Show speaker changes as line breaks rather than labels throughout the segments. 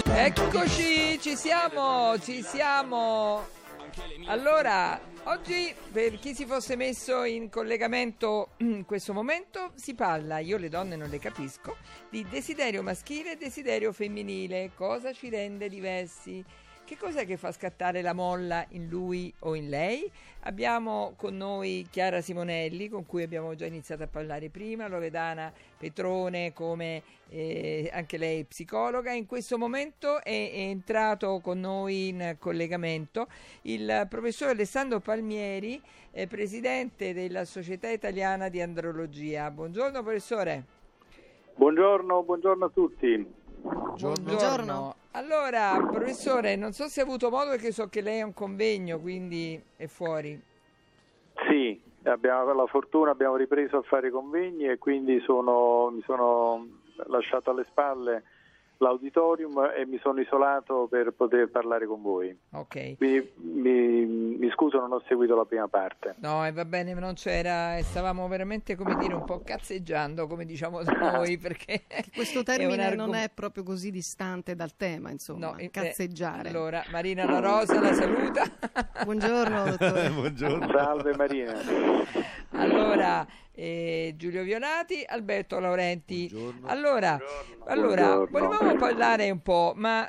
Eccoci, ci siamo. Allora, oggi per chi si fosse messo in collegamento in questo momento si parla, io le donne non le capisco, di desiderio maschile e desiderio femminile. Cosa ci rende diversi? Che cos'è che fa scattare la molla in lui o in lei? Abbiamo con noi Chiara Simonelli, con cui abbiamo già iniziato a parlare prima, Loredana Petrone, come anche lei psicologa. In questo momento è entrato con noi in collegamento il professor Alessandro Palmieri, presidente della Società Italiana di Andrologia. Buongiorno professore.
Buongiorno a tutti.
Buongiorno. Allora, professore, non so se ha avuto modo, perché so che lei è a un convegno, quindi è fuori.
Sì, abbiamo la fortuna, abbiamo ripreso a fare convegni e quindi mi sono lasciato alle spalle l'auditorium e mi sono isolato per poter parlare con voi.
Ok.
Quindi mi scuso, non ho seguito la prima parte.
No, e va bene, non c'era, stavamo veramente, come dire, un po' cazzeggiando, come diciamo da noi, perché
questo termine non è proprio così distante dal tema, insomma, no, cazzeggiare.
Allora, Marina La Rosa la saluta.
Buongiorno, dottore.
Buongiorno. Salve Marina.
Allora, Giulio Violati, Alberto Laurenti.
Buongiorno.
Allora, volevamo parlare un po', ma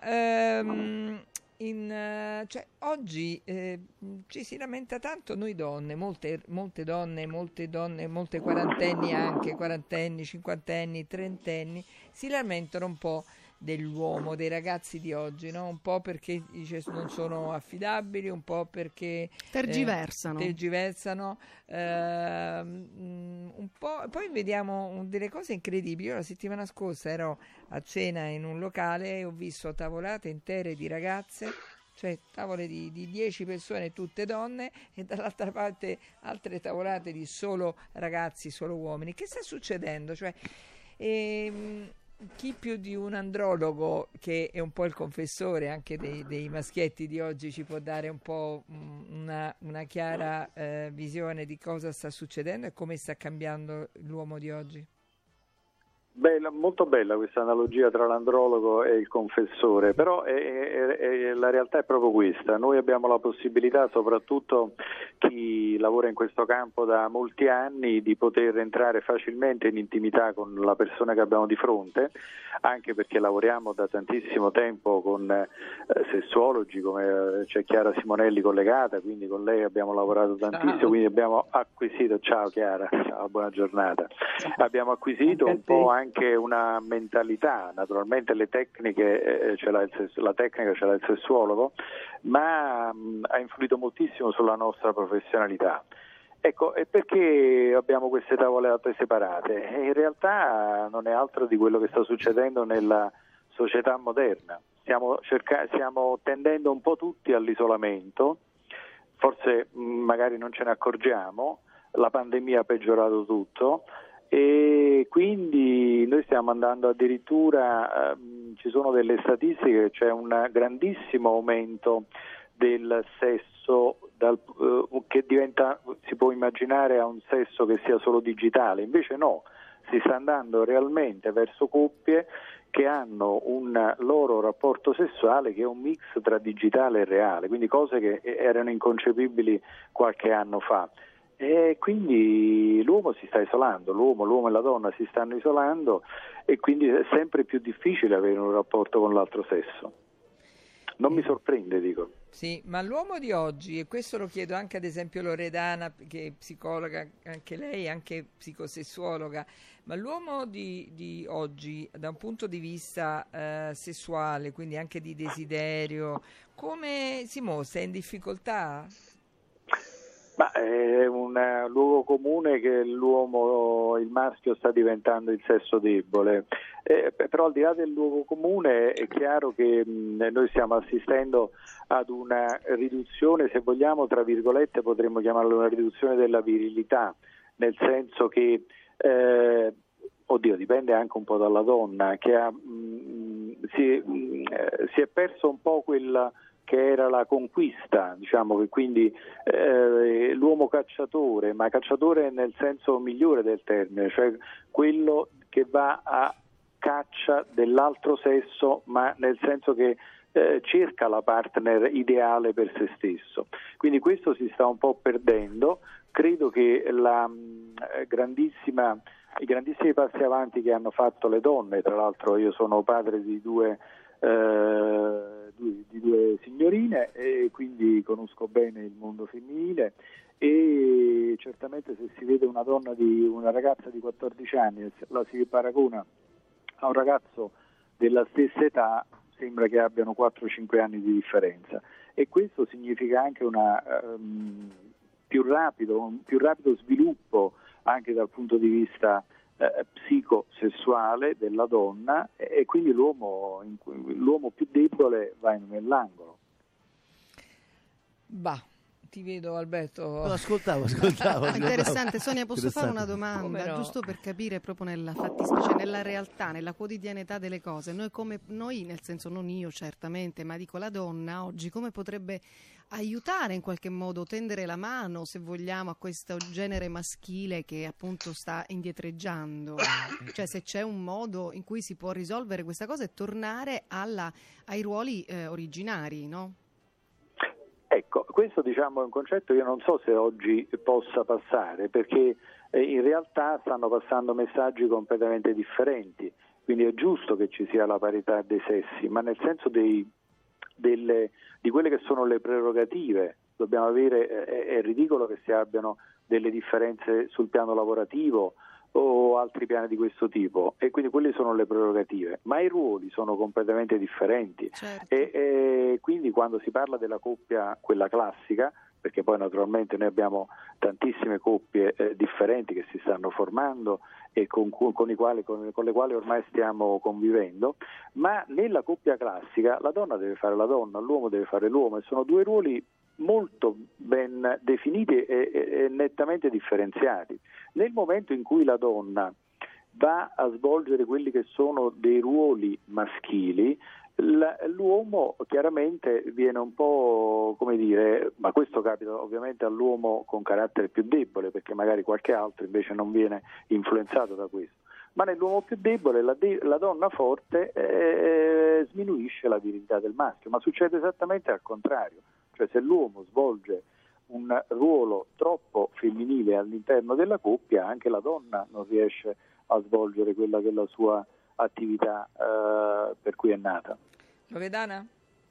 cioè, oggi ci si lamenta tanto noi donne, molte donne, molte quarantenni, anche quarantenni, cinquantenni, trentenni, si lamentano un po' dell'uomo, dei ragazzi di oggi, no? Un po' perché non sono affidabili, un po' perché tergiversano, un po'. Poi vediamo delle cose incredibili. Io la settimana scorsa ero a cena in un locale e ho visto tavolate intere di ragazze, cioè tavole di 10 persone, tutte donne, e dall'altra parte altre tavolate di solo ragazzi, solo uomini. Che sta succedendo? Cioè, chi più di un andrologo, che è un po' il confessore anche dei maschietti di oggi, ci può dare un po' una chiara visione di cosa sta succedendo e come sta cambiando l'uomo di oggi?
Molto bella questa analogia tra l'andrologo e il confessore, però la realtà è proprio questa. Noi abbiamo la possibilità, soprattutto chi lavora in questo campo da molti anni, di poter entrare facilmente in intimità con la persona che abbiamo di fronte, anche perché lavoriamo da tantissimo tempo con sessuologi, come c'è Chiara Simonelli collegata, quindi con lei abbiamo lavorato tantissimo, quindi abbiamo acquisito, ciao Chiara, ciao, buona giornata, abbiamo acquisito un po' anche una mentalità. Naturalmente le tecniche la tecnica ce l'ha il sessuologo, ma ha influito moltissimo sulla nostra professionalità. Ecco, e perché abbiamo queste tavolate separate? In realtà non è altro di quello che sta succedendo nella società moderna. Stiamo tendendo un po' tutti all'isolamento, forse magari non ce ne accorgiamo, la pandemia ha peggiorato tutto, e quindi noi stiamo andando addirittura, ci sono delle statistiche, c'è un grandissimo aumento del sesso che diventa, si può immaginare, a un sesso che sia solo digitale. Invece no, si sta andando realmente verso coppie che hanno un loro rapporto sessuale che è un mix tra digitale e reale, quindi cose che erano inconcepibili qualche anno fa. E quindi l'uomo si sta isolando, l'uomo e la donna si stanno isolando, e quindi è sempre più difficile avere un rapporto con l'altro sesso. Non mi sorprende, dico.
Sì, ma l'uomo di oggi, e questo lo chiedo anche ad esempio Loredana, che è psicologa, anche lei, anche psicosessuologa, ma l'uomo di oggi, da un punto di vista sessuale, quindi anche di desiderio, come si mostra? È in difficoltà?
Ma è un luogo comune che il maschio sta diventando il sesso debole, però al di là del luogo comune è chiaro che noi stiamo assistendo ad una riduzione, se vogliamo, tra virgolette, potremmo chiamarla una riduzione della virilità, nel senso che, dipende anche un po' dalla donna, che si è perso un po' quella che era la conquista, diciamo, che quindi l'uomo cacciatore, ma cacciatore nel senso migliore del termine, cioè quello che va a caccia dell'altro sesso, ma nel senso che cerca la partner ideale per se stesso. Quindi questo si sta un po' perdendo. Credo che i grandissimi passi avanti che hanno fatto le donne, tra l'altro io sono padre di due signorine e quindi conosco bene il mondo femminile, e certamente se si vede una ragazza di 14 anni e la si paragona a un ragazzo della stessa età, sembra che abbiano 4-5 anni di differenza, e questo significa anche un più rapido sviluppo anche dal punto di vista psicosessuale della donna, e quindi l'uomo più debole va nell'angolo.
Ti vedo, Alberto.
No, ascoltavo.
Interessante. Sonia, posso fare una domanda? No? Giusto per capire proprio nella fattispecie, nella realtà, nella quotidianità delle cose. Noi, nel senso, non io certamente, ma dico la donna oggi, come potrebbe aiutare in qualche modo, tendere la mano, se vogliamo, a questo genere maschile che appunto sta indietreggiando? Cioè, se c'è un modo in cui si può risolvere questa cosa e tornare ai ruoli originari, no?
Ecco, questo è un concetto che io non so se oggi possa passare, perché in realtà stanno passando messaggi completamente differenti, quindi è giusto che ci sia la parità dei sessi, ma nel senso di quelle che sono le prerogative. Dobbiamo avere, è ridicolo che si abbiano delle differenze sul piano lavorativo o altri piani di questo tipo, e quindi quelle sono le prerogative, ma i ruoli sono completamente differenti.
Certo.
E quindi quando si parla della coppia, quella classica, perché poi naturalmente noi abbiamo tantissime coppie differenti che si stanno formando e con le quali ormai stiamo convivendo, ma nella coppia classica la donna deve fare la donna, l'uomo deve fare l'uomo, e sono due ruoli molto ben definiti e nettamente differenziati. Nel momento in cui la donna va a svolgere quelli che sono dei ruoli maschili, l'uomo chiaramente viene un po', come dire, ma questo capita ovviamente all'uomo con carattere più debole, perché magari qualche altro invece non viene influenzato da questo, ma nell'uomo più debole la donna forte sminuisce la virilità del maschio, ma succede esattamente al contrario. Cioè, se l'uomo svolge un ruolo troppo femminile all'interno della coppia, anche la donna non riesce a svolgere quella che è la sua attività per cui è nata.
Loredana?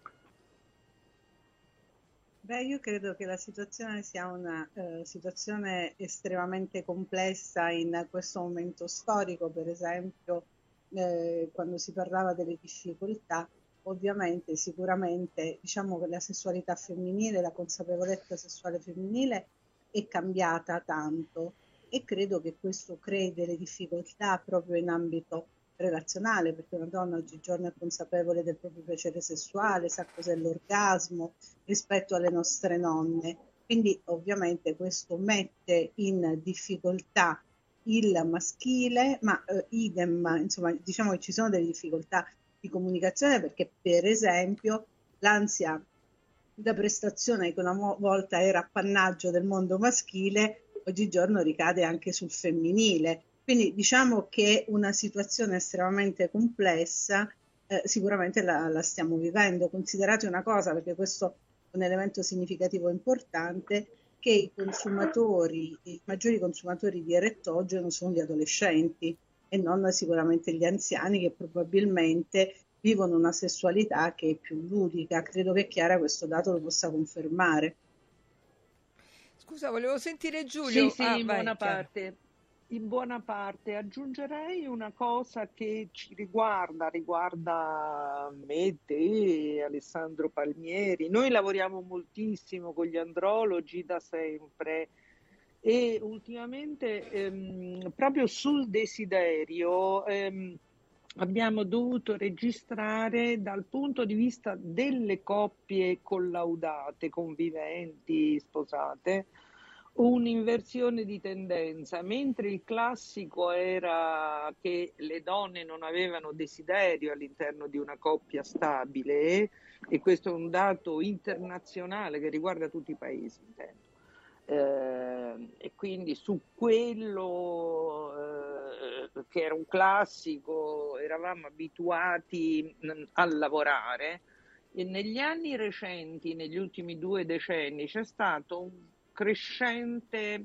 Io credo che la situazione sia una situazione estremamente complessa in questo momento storico. Per esempio, quando si parlava delle difficoltà, ovviamente, sicuramente, diciamo che la sessualità femminile, la consapevolezza sessuale femminile è cambiata tanto, e credo che questo crei delle difficoltà proprio in ambito relazionale, perché una donna oggigiorno è consapevole del proprio piacere sessuale, sa cos'è l'orgasmo rispetto alle nostre nonne. Quindi ovviamente questo mette in difficoltà il maschile, ma idem, insomma, diciamo che ci sono delle difficoltà di comunicazione, perché per esempio l'ansia da prestazione, che una volta era appannaggio del mondo maschile, oggigiorno ricade anche sul femminile. Quindi diciamo che una situazione estremamente complessa, sicuramente la stiamo vivendo. Considerate una cosa, perché questo è un elemento significativo e importante, che i maggiori consumatori di erettogeno sono gli adolescenti e non sicuramente gli anziani, che probabilmente vivono una sessualità che è più ludica. Credo che Chiara questo dato lo possa confermare.
Scusa, volevo sentire Giulio.
Sì, in buona parte aggiungerei una cosa che ci riguarda me, te, Alessandro Palmieri. Noi lavoriamo moltissimo con gli andrologi da sempre, e ultimamente proprio sul desiderio abbiamo dovuto registrare, dal punto di vista delle coppie collaudate, conviventi, sposate, un'inversione di tendenza. Mentre il classico era che le donne non avevano desiderio all'interno di una coppia stabile, e questo è un dato internazionale che riguarda tutti i paesi, intendo. E quindi su quello che era un classico eravamo abituati a lavorare, e negli anni recenti, negli ultimi 2 decenni, c'è stato un crescente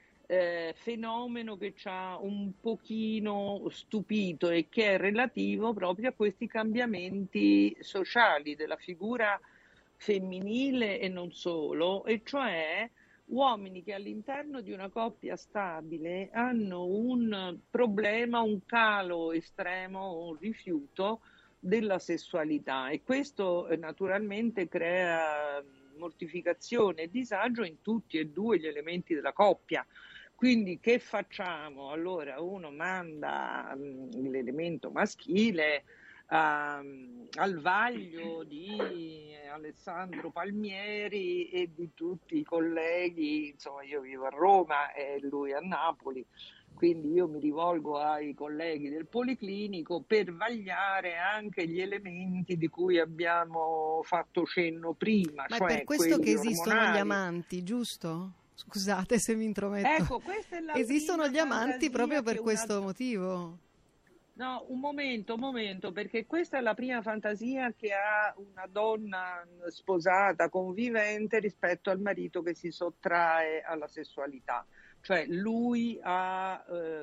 fenomeno che ci ha un pochino stupito e che è relativo proprio a questi cambiamenti sociali della figura femminile e non solo, e cioè uomini che all'interno di una coppia stabile hanno un problema, un calo estremo, un rifiuto della sessualità, e questo naturalmente crea mortificazione e disagio in tutti e due gli elementi della coppia. Quindi che facciamo? Allora uno manda l'elemento maschile al vaglio di Alessandro Palmieri e di tutti i colleghi, insomma io vivo a Roma e lui a Napoli, quindi io mi rivolgo ai colleghi del Policlinico per vagliare anche gli elementi di cui abbiamo fatto cenno prima.
Ma
cioè
è per questo che esistono
ormonali.
gli amanti, giusto? Scusate se mi intrometto.
Ecco, questa è la
esistono gli amanti proprio per questo
una...
motivo.
No, un momento, perché questa è la prima fantasia che ha una donna sposata, convivente, rispetto al marito che si sottrae alla sessualità. Cioè lui ha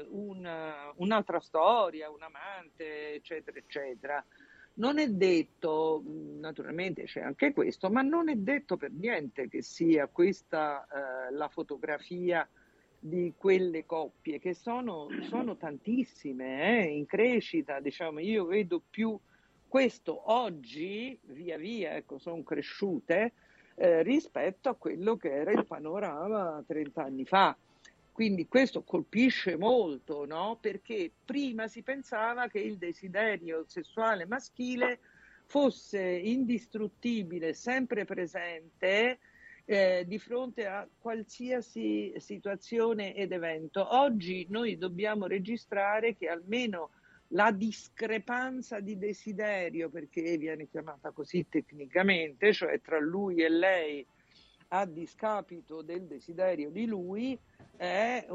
un'altra storia, un amante, eccetera, eccetera. Non è detto, naturalmente c'è anche questo, ma non è detto per niente che sia questa la fotografia di quelle coppie, che sono tantissime, in crescita, diciamo. Io vedo più questo oggi, via via, ecco, sono cresciute rispetto a quello che era il panorama 30 anni fa. Quindi questo colpisce molto, no? Perché prima si pensava che il desiderio sessuale maschile fosse indistruttibile, sempre presente, di fronte a qualsiasi situazione ed evento. Oggi noi dobbiamo registrare che almeno la discrepanza di desiderio, perché viene chiamata così tecnicamente, cioè tra lui e lei a discapito del desiderio di lui, è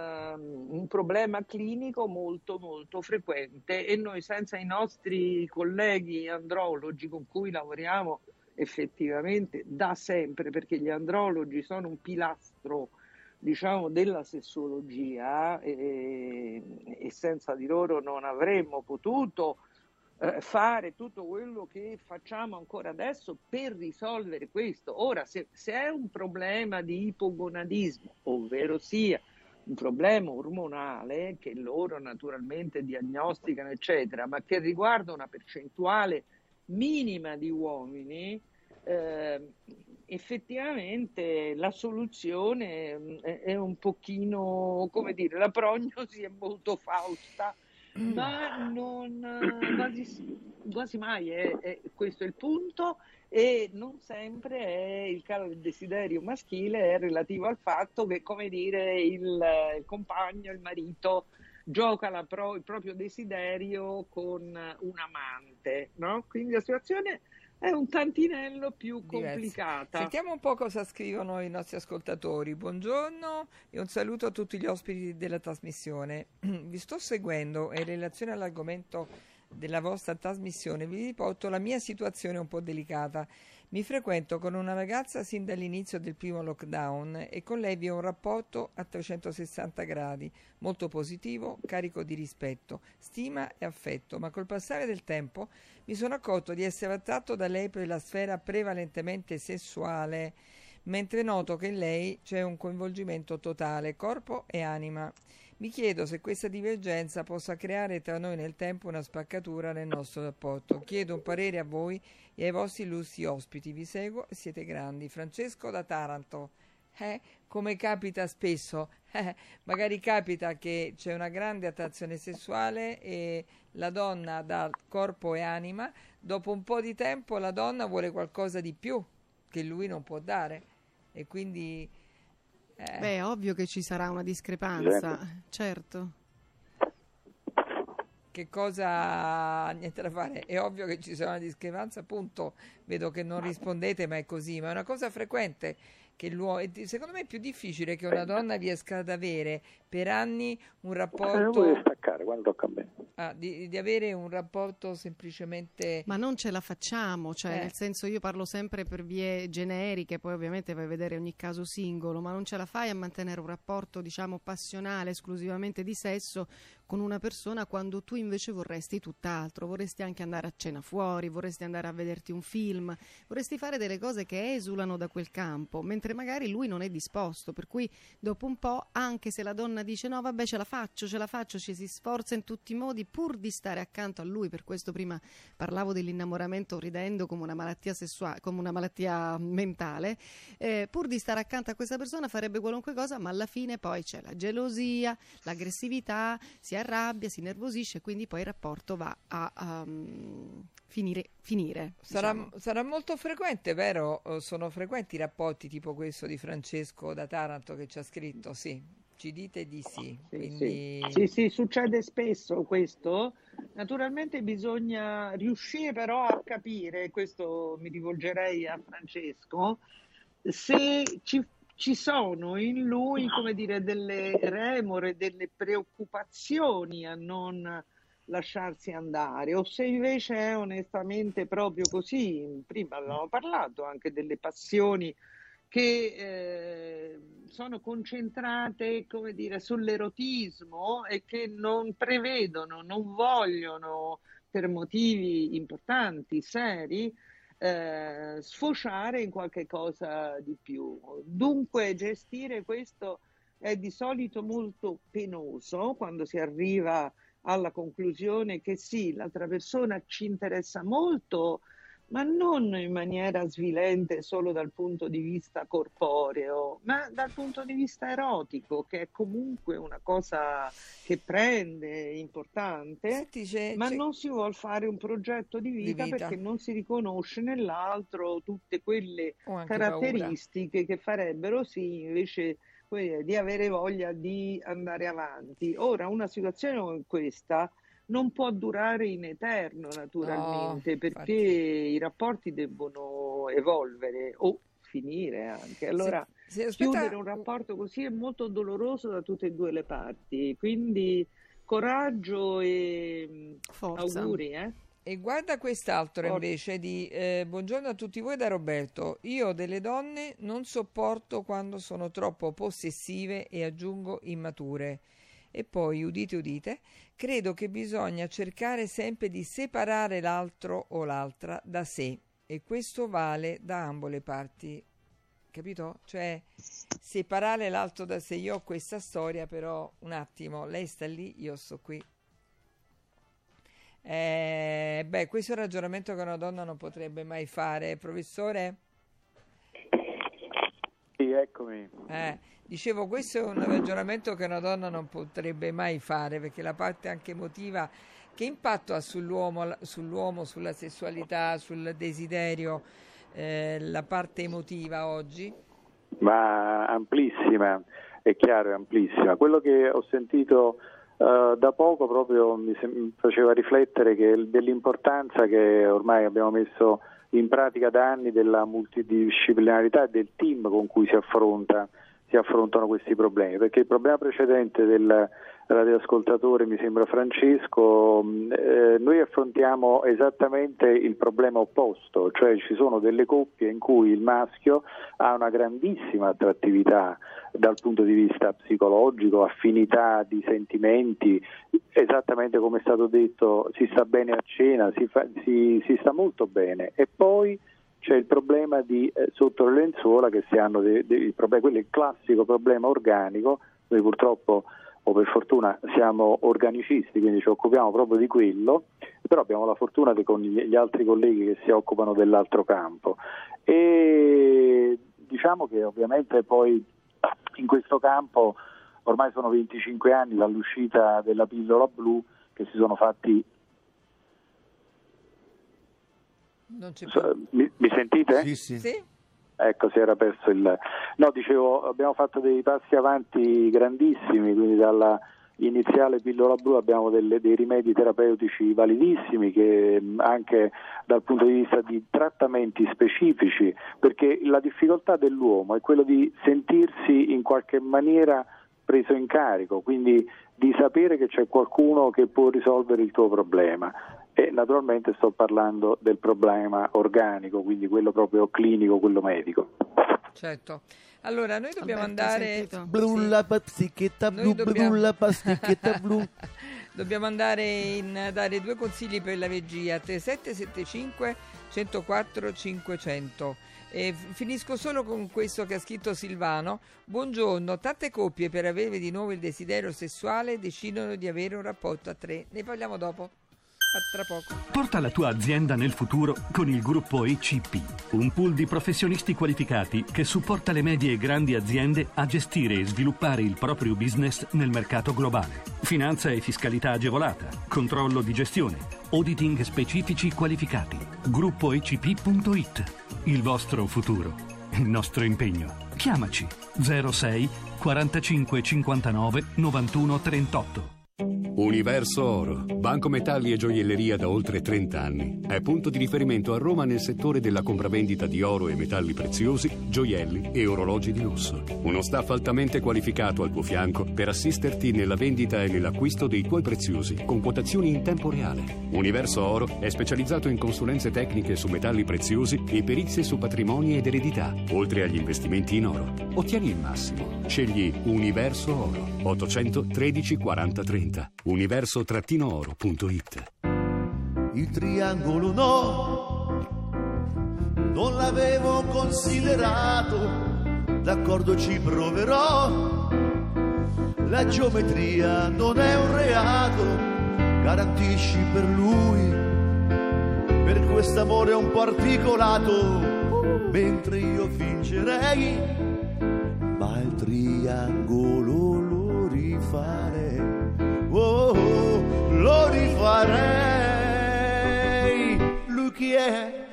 un problema clinico molto molto frequente, e noi senza i nostri colleghi andrologi con cui lavoriamo effettivamente da sempre, perché gli andrologi sono un pilastro, diciamo, della sessuologia, e senza di loro non avremmo potuto fare tutto quello che facciamo ancora adesso per risolvere questo. Ora, se è un problema di ipogonadismo, ovvero sia un problema ormonale che loro naturalmente diagnosticano, eccetera, ma che riguarda una percentuale minima di uomini, effettivamente la soluzione è un pochino, come dire, la prognosi è molto fausta, ma quasi mai questo è il punto, e non sempre è il calo del desiderio maschile è relativo al fatto che, come dire, il compagno, il marito gioca il proprio desiderio con un amante, no? Quindi la situazione è un tantinello più complicata.
Sentiamo un po' cosa scrivono i nostri ascoltatori. Buongiorno e un saluto a tutti gli ospiti della trasmissione. Vi sto seguendo e in relazione all'argomento della vostra trasmissione vi riporto la mia situazione un po' delicata. Mi frequento con una ragazza sin dall'inizio del primo lockdown e con lei vi è un rapporto a 360 gradi, molto positivo, carico di rispetto, stima e affetto, ma col passare del tempo mi sono accorto di essere attratto da lei per la sfera prevalentemente sessuale, mentre noto che in lei c'è un coinvolgimento totale, corpo e anima. Mi chiedo se questa divergenza possa creare tra noi nel tempo una spaccatura nel nostro rapporto. Chiedo un parere a voi e ai vostri illustri ospiti. Vi seguo e siete grandi. Francesco da Taranto. Come capita spesso, magari capita che c'è una grande attrazione sessuale e la donna dà corpo e anima, dopo un po' di tempo la donna vuole qualcosa di più che lui non può dare e quindi...
Beh, è ovvio che ci sarà una discrepanza, certo.
Che cosa, niente da fare, è ovvio che ci sarà una discrepanza, appunto, vedo che non rispondete, ma è così, ma è una cosa frequente che l'uomo, secondo me è più difficile che una donna riesca ad avere per anni un rapporto...
Non vuoi staccare quando tocca a me.
di avere un rapporto semplicemente...
Ma non ce la facciamo, cioè nel senso, io parlo sempre per vie generiche, poi ovviamente vai a vedere ogni caso singolo, ma non ce la fai a mantenere un rapporto, diciamo, passionale, esclusivamente di sesso con una persona quando tu invece vorresti tutt'altro, vorresti anche andare a cena fuori, vorresti andare a vederti un film, vorresti fare delle cose che esulano da quel campo, mentre magari lui non è disposto, per cui dopo un po', anche se la donna dice no vabbè ce la faccio, ci si sforza in tutti i modi pur di stare accanto a lui. Per questo prima parlavo dell'innamoramento ridendo come una malattia sessuale, come una malattia mentale, pur di stare accanto a questa persona farebbe qualunque cosa, ma alla fine poi c'è la gelosia, l'aggressività, si arrabbia, si nervosisce, quindi poi il rapporto va a finire.
Sarà molto frequente, vero? Sono frequenti rapporti tipo questo di Francesco da Taranto che ci ha scritto? Sì, ci dite di sì. Quindi...
Sì, succede spesso questo. Naturalmente bisogna riuscire però a capire, questo mi rivolgerei a Francesco, se ci sono in lui, come dire, delle remore, delle preoccupazioni a non lasciarsi andare, o se invece è onestamente proprio così. Prima abbiamo parlato anche delle passioni che sono concentrate, come dire, sull'erotismo e che non prevedono, non vogliono, per motivi importanti, seri, sfociare in qualche cosa di più. Dunque gestire questo è di solito molto penoso quando si arriva alla conclusione che sì, l'altra persona ci interessa molto, ma non in maniera svilente solo dal punto di vista corporeo, ma dal punto di vista erotico, che è comunque una cosa che prende, importante, ma non si vuol fare un progetto di vita perché non si riconosce nell'altro tutte quelle caratteristiche che farebbero sì invece di avere voglia di andare avanti. Ora, una situazione come questa non può durare in eterno, naturalmente, perché i rapporti debbono evolvere o finire anche. Allora, chiudere un rapporto così è molto doloroso da tutte e due le parti, quindi coraggio e
forza.
Auguri.
E guarda quest'altro invece di buongiorno a tutti voi da Roberto. Io delle donne non sopporto quando sono troppo possessive e aggiungo immature. E poi, udite, credo che bisogna cercare sempre di separare l'altro o l'altra da sé, e questo vale da ambo le parti, capito? Cioè, separare l'altro da sé. Io ho questa storia, però, un attimo, lei sta lì, io sto qui. Questo è un ragionamento che una donna non potrebbe mai fare, professore?
Sì, eccomi.
Dicevo, questo è un ragionamento che una donna non potrebbe mai fare, perché la parte anche emotiva, che impatto ha sull'uomo, sulla sessualità, sul desiderio, la parte emotiva oggi?
Ma amplissima, è chiaro, è amplissima. Quello che ho sentito da poco proprio mi faceva riflettere dell'importanza che ormai abbiamo messo in pratica da anni della multidisciplinarità e del team con cui si affrontano questi problemi, perché il problema precedente del radioascoltatore, mi sembra Francesco, noi affrontiamo esattamente il problema opposto, cioè ci sono delle coppie in cui il maschio ha una grandissima attrattività dal punto di vista psicologico, affinità di sentimenti, esattamente come è stato detto, si sta bene a cena, si sta molto bene, e poi c'è il problema di sotto le lenzuola, che si hanno quello è il classico problema organico. Noi purtroppo o per fortuna siamo organicisti, quindi ci occupiamo proprio di quello, però abbiamo la fortuna con gli altri colleghi che si occupano dell'altro campo, e diciamo che ovviamente poi in questo campo ormai sono 25 anni dall'uscita della pillola blu, che si sono fatti.
Non c'è più.
Mi sentite?
Sì.
Ecco, si era perso il... No, dicevo, abbiamo fatto dei passi avanti grandissimi, quindi dalla iniziale pillola blu abbiamo dei rimedi terapeutici validissimi, che anche dal punto di vista di trattamenti specifici, perché la difficoltà dell'uomo è quello di sentirsi in qualche maniera preso in carico, quindi di sapere che c'è qualcuno che può risolvere il tuo problema. E naturalmente sto parlando del problema organico, quindi quello proprio clinico, quello medico.
Certo. Allora, noi dobbiamo andare...
la pasticchetta blu, la pasticchetta blu.
Dobbiamo andare in dare 2 consigli per la regia. 3775 104 500. E finisco solo con questo che ha scritto Silvano. Buongiorno, tante coppie per avere di nuovo il desiderio sessuale decidono di avere un rapporto a 3. Ne parliamo dopo. Tra poco.
Porta la tua azienda nel futuro con il gruppo ECP, un pool di professionisti qualificati che supporta le medie e grandi aziende a gestire e sviluppare il proprio business nel mercato globale. Finanza e fiscalità agevolata, controllo di gestione, auditing specifici qualificati. Gruppoecp.it. Il vostro futuro, il nostro impegno. Chiamaci 06 45 59 91 38.
Universo Oro, banco metalli e gioielleria da oltre 30 anni. È punto di riferimento a Roma nel settore della compravendita di oro e metalli preziosi, gioielli e orologi di lusso. Uno staff altamente qualificato al tuo fianco per assisterti nella vendita e nell'acquisto dei tuoi preziosi, con quotazioni in tempo reale. Universo Oro è specializzato in consulenze tecniche su metalli preziosi e perizie su patrimoni ed eredità, oltre agli investimenti in oro. Ottieni il massimo. Scegli Universo Oro. 813 40 30. universo-oro.it.
Il triangolo no, non l'avevo considerato, d'accordo ci proverò, la geometria non è un reato, garantisci per lui, per quest'amore un po' articolato, mentre io fingerei, ma il triangolo lo rifarei. Oh, lo rifarei. Lui chi è?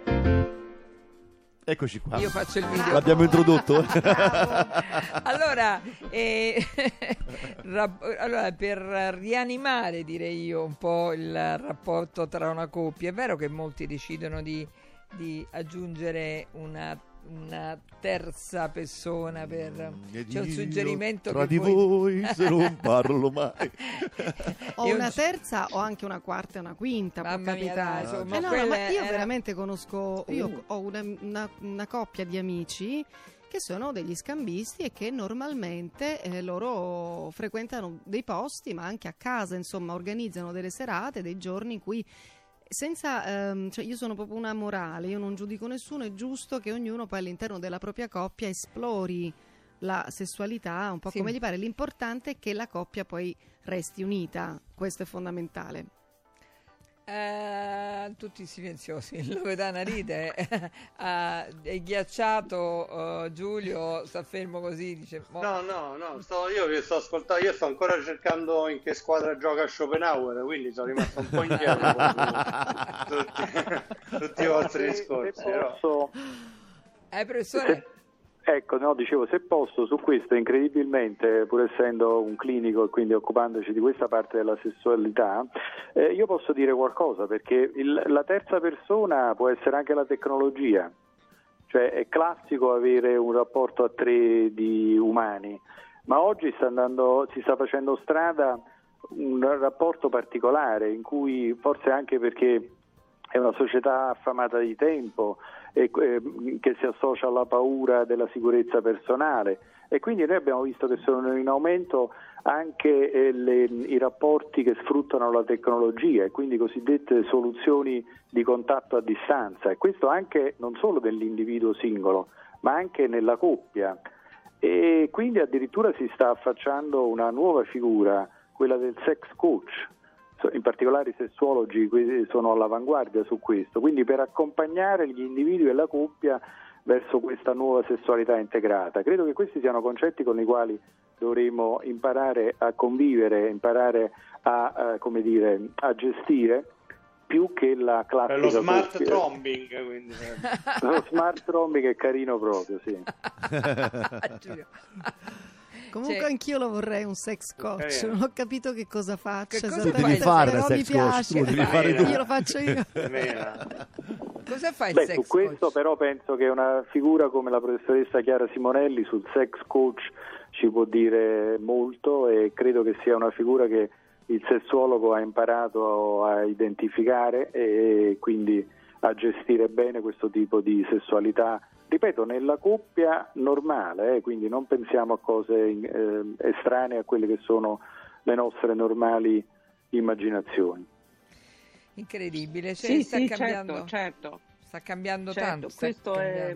Eccoci qua.
Io faccio il video.
L'abbiamo introdotto?
Allora, allora, per rianimare, direi io, un po' il rapporto tra una coppia, è vero che molti decidono di aggiungere una terza persona per c'è un suggerimento
tra
che
di voi se non parlo mai
o una terza o anche una quarta e una quinta, può capitare.
Insomma,
ma io veramente conosco, io ho una coppia di amici che sono degli scambisti e che normalmente loro frequentano dei posti, ma anche a casa, insomma, organizzano delle serate, dei giorni in cui cioè io sono proprio una morale, io non giudico nessuno, è giusto che ognuno poi all'interno della propria coppia esplori la sessualità un po' come gli pare, l'importante è che la coppia poi resti unita, questo è fondamentale.
Tutti silenziosi, il Loredana ride, è ghiacciato, Giulio sta fermo così, dice
no, io vi sto ascoltando, io sto ancora cercando in che squadra gioca Schopenhauer, quindi sono rimasto un po' indietro con tutti i vostri discorsi.
Professore?
Ecco, no, dicevo, se posso, su questo incredibilmente, pur essendo un clinico e quindi occupandoci di questa parte della sessualità, io posso dire qualcosa, perché la terza persona può essere anche la tecnologia, cioè è classico avere un rapporto a 3 di umani, ma oggi si sta facendo strada un rapporto particolare in cui, forse anche perché è una società affamata di tempo, che si associa alla paura della sicurezza personale, e quindi noi abbiamo visto che sono in aumento anche i rapporti che sfruttano la tecnologia, e quindi cosiddette soluzioni di contatto a distanza, e questo anche non solo dell'individuo singolo ma anche nella coppia, e quindi addirittura si sta affacciando una nuova figura, quella del sex coach. In particolare i sessuologi sono all'avanguardia su questo, quindi per accompagnare gli individui e la coppia verso questa nuova sessualità integrata. Credo che questi siano concetti con i quali dovremo imparare a convivere, imparare a gestire, più che la classica
lo smart trombing, quindi.
Lo smart trombing è carino proprio, sì.
Comunque anch'io lo vorrei un sex coach, non ho capito che cosa faccia.
Devi fare
però
sex
mi piace.
Coach, devi fare tu.
Io lo faccio io.
Cosa fa il sex
su questo
coach?
Però penso che una figura come la professoressa Chiara Simonelli sul sex coach ci può dire molto, e credo che sia una figura che il sessuologo ha imparato a identificare e quindi a gestire bene questo tipo di sessualità, ripeto, nella coppia normale, quindi non pensiamo a cose estranee a quelle che sono le nostre normali immaginazioni.
Incredibile,
sì,
sta cambiando,
certo.
Sta cambiando
certo,
tanto.
Questo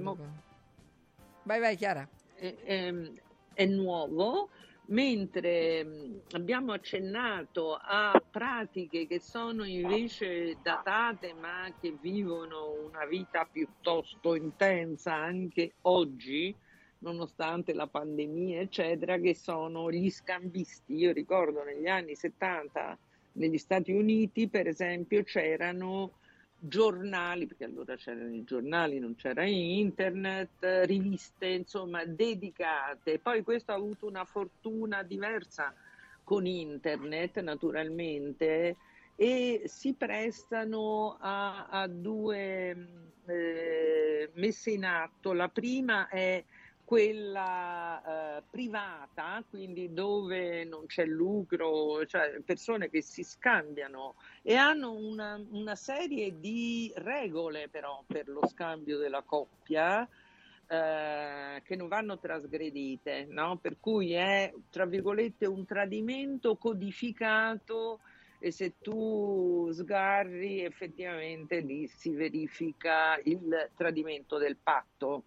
Vai Chiara.
È nuovo, mentre abbiamo accennato a pratiche che sono invece datate ma che vivono una vita piuttosto intensa anche oggi, nonostante la pandemia eccetera, che sono gli scambisti. Io ricordo negli anni 70 negli Stati Uniti per esempio c'erano giornali, perché allora c'erano i giornali, non c'era internet, riviste insomma dedicate. Poi questo ha avuto una fortuna diversa con internet naturalmente, e si prestano a due messe in atto. La prima è quella privata, quindi dove non c'è lucro, cioè persone che si scambiano e hanno una serie di regole però per lo scambio della coppia che non vanno trasgredite, no? Per cui è tra virgolette un tradimento codificato, e se tu sgarri effettivamente lì si verifica il tradimento del patto.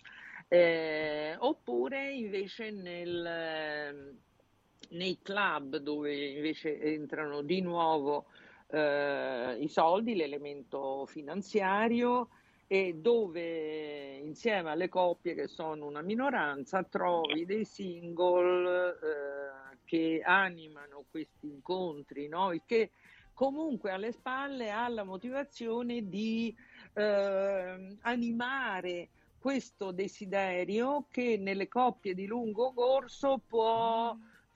Oppure invece nei club, dove invece entrano di nuovo i soldi, l'elemento finanziario, e dove insieme alle coppie che sono una minoranza trovi dei single che animano questi incontri, no? Il che comunque alle spalle ha la motivazione di animare questo desiderio che nelle coppie di lungo corso può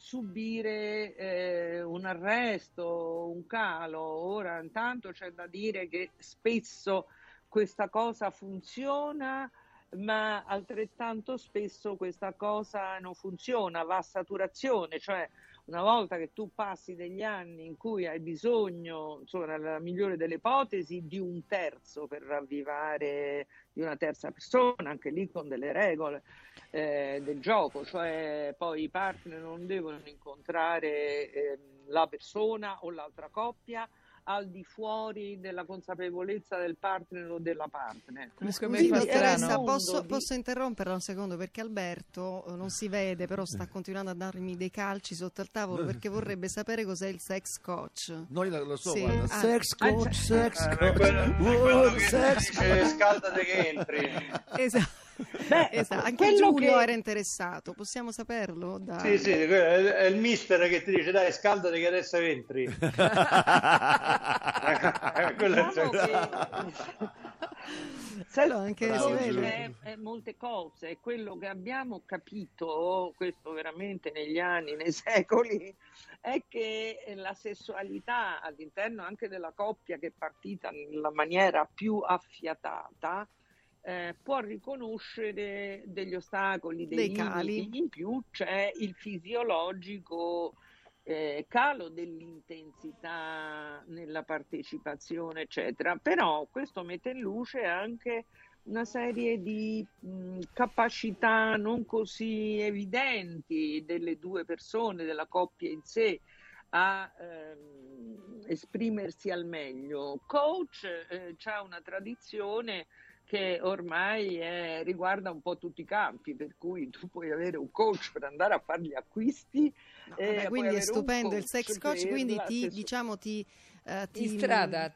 subire un arresto, un calo. Ora intanto c'è da dire che spesso questa cosa funziona, ma altrettanto spesso questa cosa non funziona, va a saturazione, cioè una volta che tu passi degli anni in cui hai bisogno, insomma, nella migliore delle ipotesi, di un terzo per ravvivare, di una terza persona, anche lì con delle regole del gioco, cioè poi i partner non devono incontrare la persona o l'altra coppia al di fuori della consapevolezza del partner o della partner.
Scusi, dottoressa, posso interromperla un secondo, perché Alberto non si vede, però sta continuando a darmi dei calci sotto il tavolo perché vorrebbe sapere cos'è il sex coach.
Noi lo so,
sì.
guarda, sex coach, sex coach,
quello che scaldate che entri.
Esatto. Esatto. Anche Giulio era interessato, possiamo saperlo?
Sì, è il mister che ti dice dai scaldati che adesso entri.
Anche
molte cose, quello che abbiamo capito, questo veramente negli anni, nei secoli, è che la sessualità all'interno anche della coppia che è partita nella maniera più affiatata può riconoscere degli ostacoli, dei cali. In più c'è il fisiologico calo dell'intensità nella partecipazione eccetera, però questo mette in luce anche una serie di capacità non così evidenti delle due persone, della coppia in sé, a esprimersi al meglio. Coach c'ha una tradizione che ormai riguarda un po' tutti i campi, per cui tu puoi avere un coach per andare a fare gli acquisti.
Quindi è stupendo il sex coach, quindi ti strada.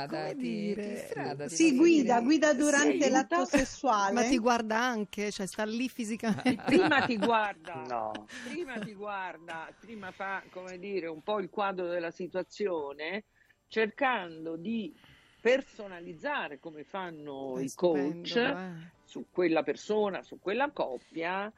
Sì, guida durante l'atto sessuale.
Ma ti guarda anche, cioè sta lì fisicamente.
Prima ti guarda, prima fa, come dire, un po' il quadro della situazione, cercando di personalizzare, come fanno i coach, su quella persona, su quella coppia,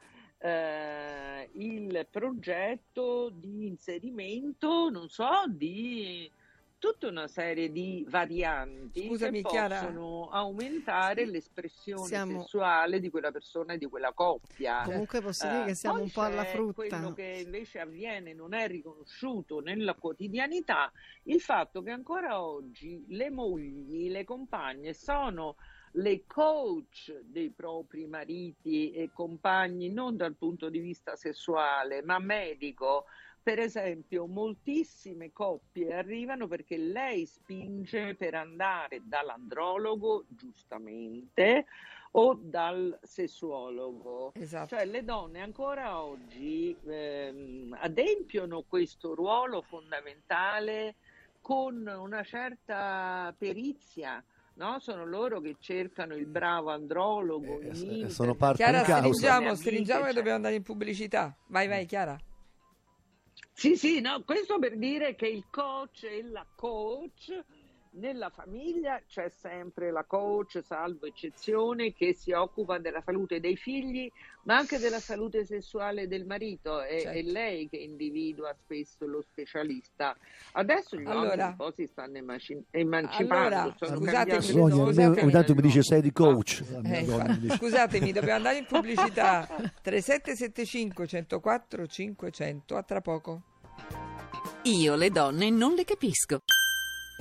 il progetto di inserimento, non so, di tutta una serie di varianti che possono aumentare l'espressione sessuale di quella persona e di quella coppia.
Comunque posso dire che siamo un po' alla frutta.
Quello che invece avviene, non è riconosciuto nella quotidianità, il fatto che ancora oggi le mogli, le compagne sono le coach dei propri mariti e compagni, non dal punto di vista sessuale ma medico. Per esempio, moltissime coppie arrivano perché lei spinge per andare dall'andrologo, giustamente, o dal sessuologo.
Esatto.
Cioè le donne ancora oggi adempiono questo ruolo fondamentale con una certa perizia. No, sono loro che cercano il bravo andrologo.
Sono parte
Chiara,
in causa.
stringiamo che dobbiamo andare in pubblicità. Vai Chiara.
Sì, no, questo per dire che il coach e la coach, nella famiglia c'è sempre la coach, salvo eccezione, che si occupa della salute dei figli, ma anche della salute sessuale del marito. È lei che individua spesso lo specialista. Adesso gli uomini un po' si stanno emancipando.
Ogni tanto mi dice sei di coach.
Scusatemi, dobbiamo andare in pubblicità. 3775 104 500. A tra poco.
Io le donne non le capisco.